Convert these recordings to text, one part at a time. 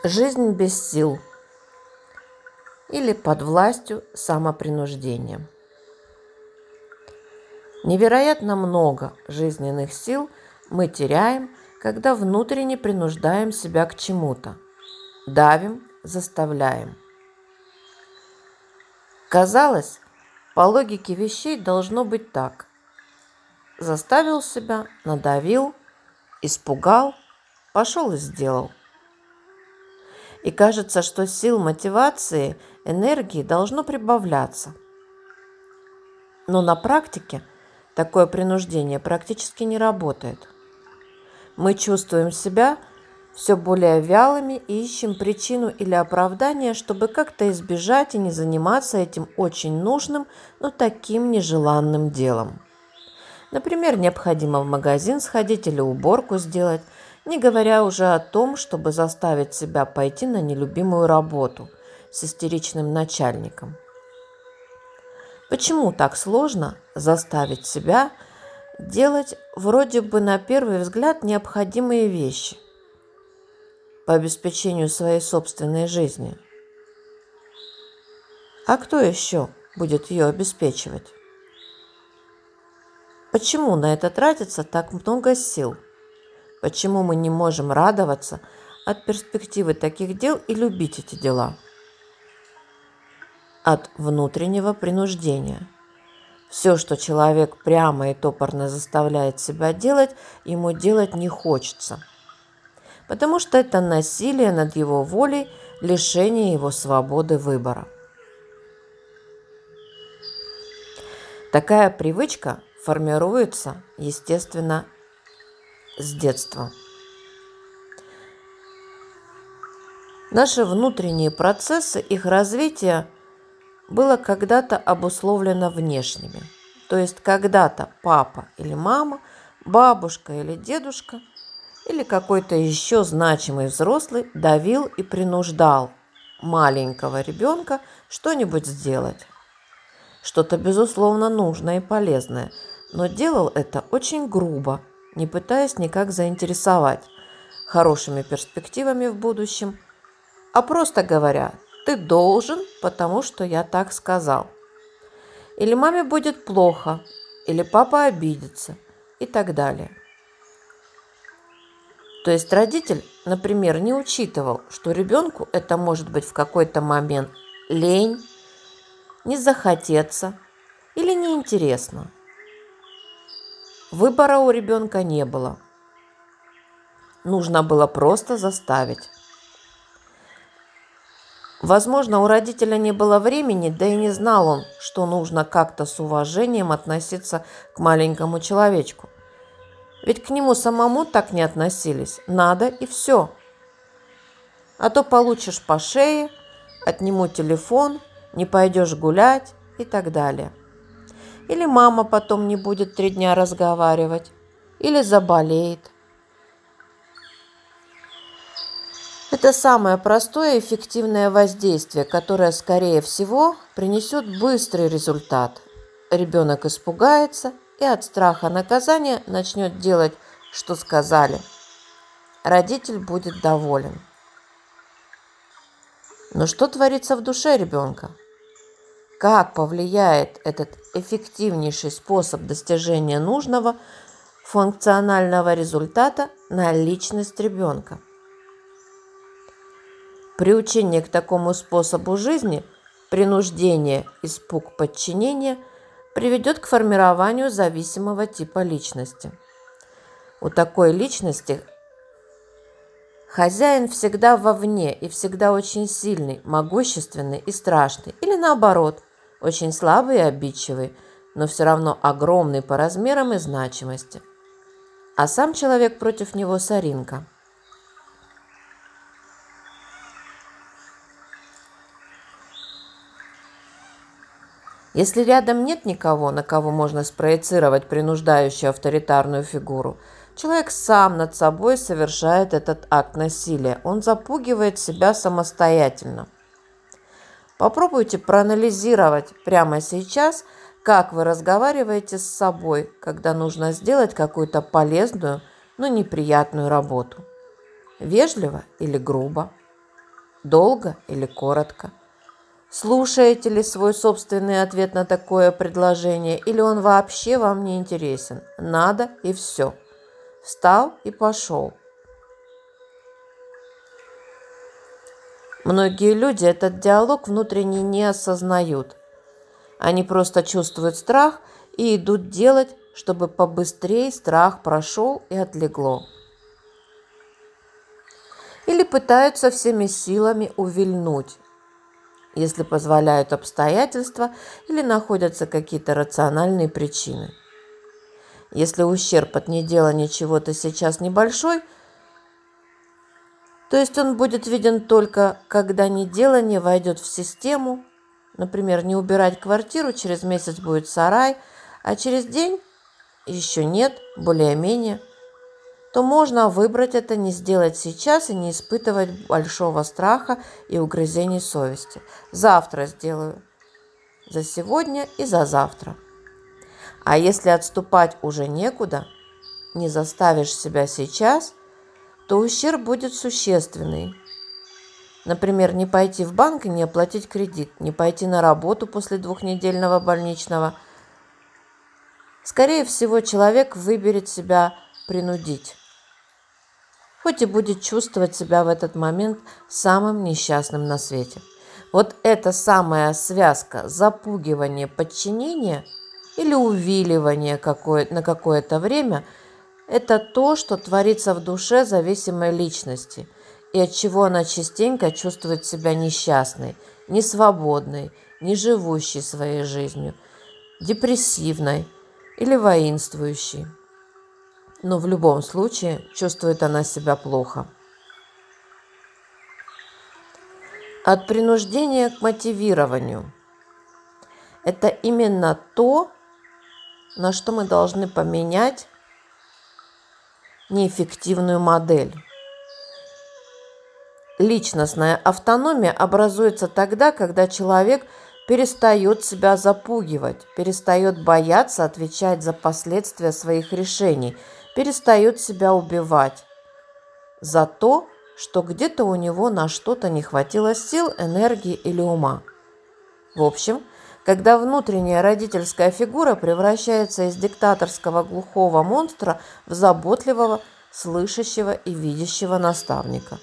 Жизнь без сил или под властью самопринуждения. Невероятно много жизненных сил мы теряем, когда внутренне принуждаем себя к чему-то, давим, заставляем. Казалось, по логике вещей должно быть так. Заставил себя, надавил, испугал, пошел и сделал. И кажется, что сил мотивации, энергии должно прибавляться. Но на практике такое принуждение практически не работает. Мы чувствуем себя все более вялыми и ищем причину или оправдание, чтобы как-то избежать и не заниматься этим очень нужным, но таким нежеланным делом. Например, необходимо в магазин сходить или уборку сделать, не говоря уже о том, чтобы заставить себя пойти на нелюбимую работу с истеричным начальником. Почему так сложно заставить себя делать вроде бы на первый взгляд необходимые вещи по обеспечению своей собственной жизни? А кто еще будет ее обеспечивать? Почему на это тратится так много сил? Почему мы не можем радоваться от перспективы таких дел и любить эти дела? От внутреннего принуждения. Все, что человек прямо и топорно заставляет себя делать, ему делать не хочется. Потому что это насилие над его волей, лишение его свободы выбора. Такая привычка формируется, естественно, с детства. Наши внутренние процессы, их развитие было когда-то обусловлено внешними. То есть когда-то папа или мама, бабушка или дедушка или какой-то еще значимый взрослый давил и принуждал маленького ребенка что-нибудь сделать. Что-то, безусловно, нужное и полезное, но делал это очень грубо, не пытаясь никак заинтересовать хорошими перспективами в будущем, а просто говоря: «Ты должен, потому что я так сказал». Или маме будет плохо, или папа обидится и так далее. То есть родитель, например, не учитывал, что ребенку это может быть в какой-то момент лень, не захотеться или неинтересно. Выбора у ребенка не было. Нужно было просто заставить. Возможно, у родителя не было времени, да и не знал он, что нужно как-то с уважением относиться к маленькому человечку. Ведь к нему самому так не относились. Надо и все. А то получишь по шее, отниму телефон, не пойдешь гулять и так далее. Или мама потом не будет 3 дня разговаривать, или заболеет. Это самое простое и эффективное воздействие, которое, скорее всего, принесет быстрый результат. Ребенок испугается и от страха наказания начнет делать, что сказали. Родитель будет доволен. Но что творится в душе ребенка? Как повлияет этот эффективнейший способ достижения нужного функционального результата на личность ребенка? Приучение к такому способу жизни, принуждение, испуг, подчинение приведет к формированию зависимого типа личности. У такой личности хозяин всегда вовне и всегда очень сильный, могущественный и страшный. Или наоборот, очень слабый и обидчивый, но все равно огромный по размерам и значимости. А сам человек против него соринка. Если рядом нет никого, на кого можно спроецировать принуждающую авторитарную фигуру, человек сам над собой совершает этот акт насилия. Он запугивает себя самостоятельно. Попробуйте проанализировать прямо сейчас, как вы разговариваете с собой, когда нужно сделать какую-то полезную, но неприятную работу. Вежливо или грубо? долго или коротко? Слушаете ли свой собственный ответ на такое предложение, или он вообще вам не интересен? Надо и все. Встал и пошел. Многие люди этот диалог внутренне не осознают. Они просто чувствуют страх и идут делать, чтобы побыстрее страх прошел и отлегло. Или пытаются всеми силами увильнуть, если позволяют обстоятельства или находятся какие-то рациональные причины. Если ущерб от неделания чего-то сейчас небольшой, то есть он будет виден только, когда неделание войдет в систему. Например, не убирать квартиру, через месяц будет сарай, а через день еще нет, более-менее, то можно выбрать это, не сделать сейчас и не испытывать большого страха и угрызений совести. Завтра сделаю. За сегодня и за завтра. А если отступать уже некуда, не заставишь себя сейчас, то ущерб будет существенный. Например, не пойти в банк и не оплатить кредит, не пойти на работу после 2-недельного больничного. Скорее всего, человек выберет себя принудить, хоть и будет чувствовать себя в этот момент самым несчастным на свете. Вот эта самая связка запугивания, подчинения или увиливания на какое-то время – это то, что творится в душе зависимой личности, и от чего она частенько чувствует себя несчастной, несвободной, не живущей своей жизнью, депрессивной или воинствующей. Но в любом случае чувствует она себя плохо. От принуждения к мотивированию – это именно то, на что мы должны поменять неэффективную модель. Личностная автономия образуется тогда, когда человек перестает себя запугивать, перестает бояться отвечать за последствия своих решений, перестает себя убивать за то, что где-то у него на что-то не хватило сил, энергии или ума. В общем, когда внутренняя родительская фигура превращается из диктаторского глухого монстра в заботливого, слышащего и видящего наставника.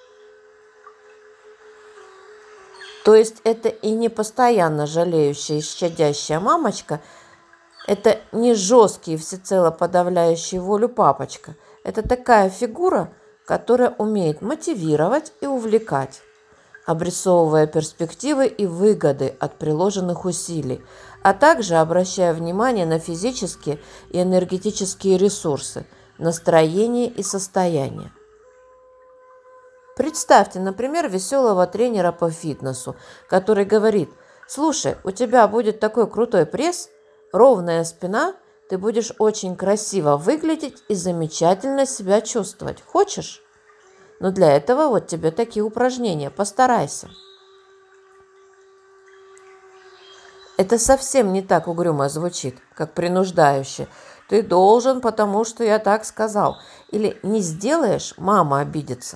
То есть это и не постоянно жалеющая и щадящая мамочка, это не жесткий, всецело подавляющий волю папочка. Это такая фигура, которая умеет мотивировать и увлекать, обрисовывая перспективы и выгоды от приложенных усилий, а также обращая внимание на физические и энергетические ресурсы, настроение и состояние. Представьте, например, веселого тренера по фитнесу, который говорит: «Слушай, у тебя будет такой крутой пресс, ровная спина, ты будешь очень красиво выглядеть и замечательно себя чувствовать. Хочешь? Но для этого вот тебе такие упражнения, постарайся». Это совсем не так угрюмо звучит, как принуждающе. «Ты должен, потому что я так сказал». Или «не сделаешь, мама обидится».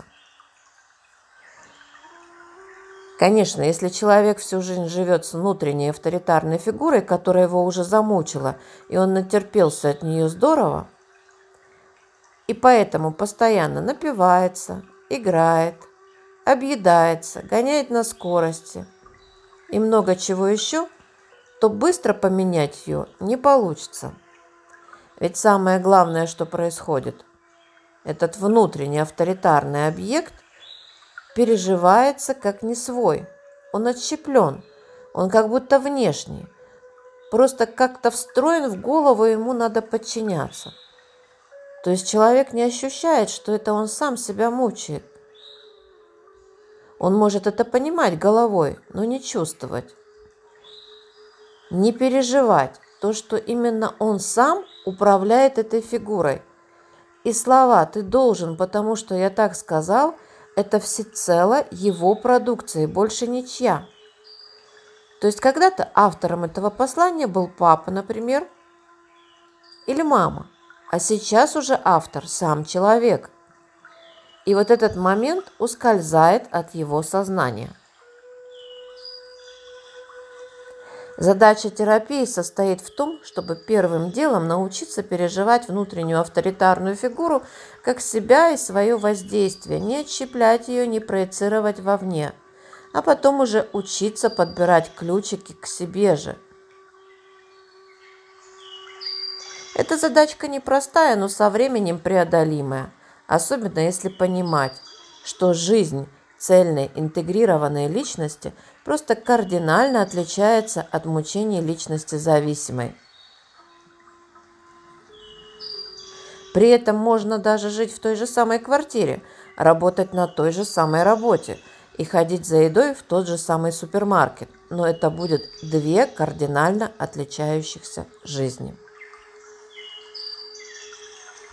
Конечно, если человек всю жизнь живет с внутренней авторитарной фигурой, которая его уже замучила, и он натерпелся от нее здорово, и поэтому постоянно напивается, играет, объедается, гоняет на скорости и много чего еще, то быстро поменять ее не получится. Ведь самое главное, что происходит, этот внутренний авторитарный объект переживается как не свой. Он отщеплен, он как будто внешний. Просто как-то встроен в голову, ему надо подчиняться. То есть человек не ощущает, что это он сам себя мучает. Он может это понимать головой, но не чувствовать. Не переживать то, что именно он сам управляет этой фигурой. И слова «ты должен, потому что я так сказал» – это всецело его продукция и больше ничья. То есть когда-то автором этого послания был папа, например, или мама, а сейчас уже автор – сам человек. И вот этот момент ускользает от его сознания. Задача терапии состоит в том, чтобы первым делом научиться переживать внутреннюю авторитарную фигуру как себя и свое воздействие, не отщеплять ее, не проецировать вовне, а потом уже учиться подбирать ключики к себе же. Эта задачка непростая, но со временем преодолимая, особенно если понимать, что жизнь цельной интегрированной личности просто кардинально отличается от мучений личности зависимой. При этом можно даже жить в той же самой квартире, работать на той же самой работе и ходить за едой в тот же самый супермаркет, но это будет две кардинально отличающихся жизни.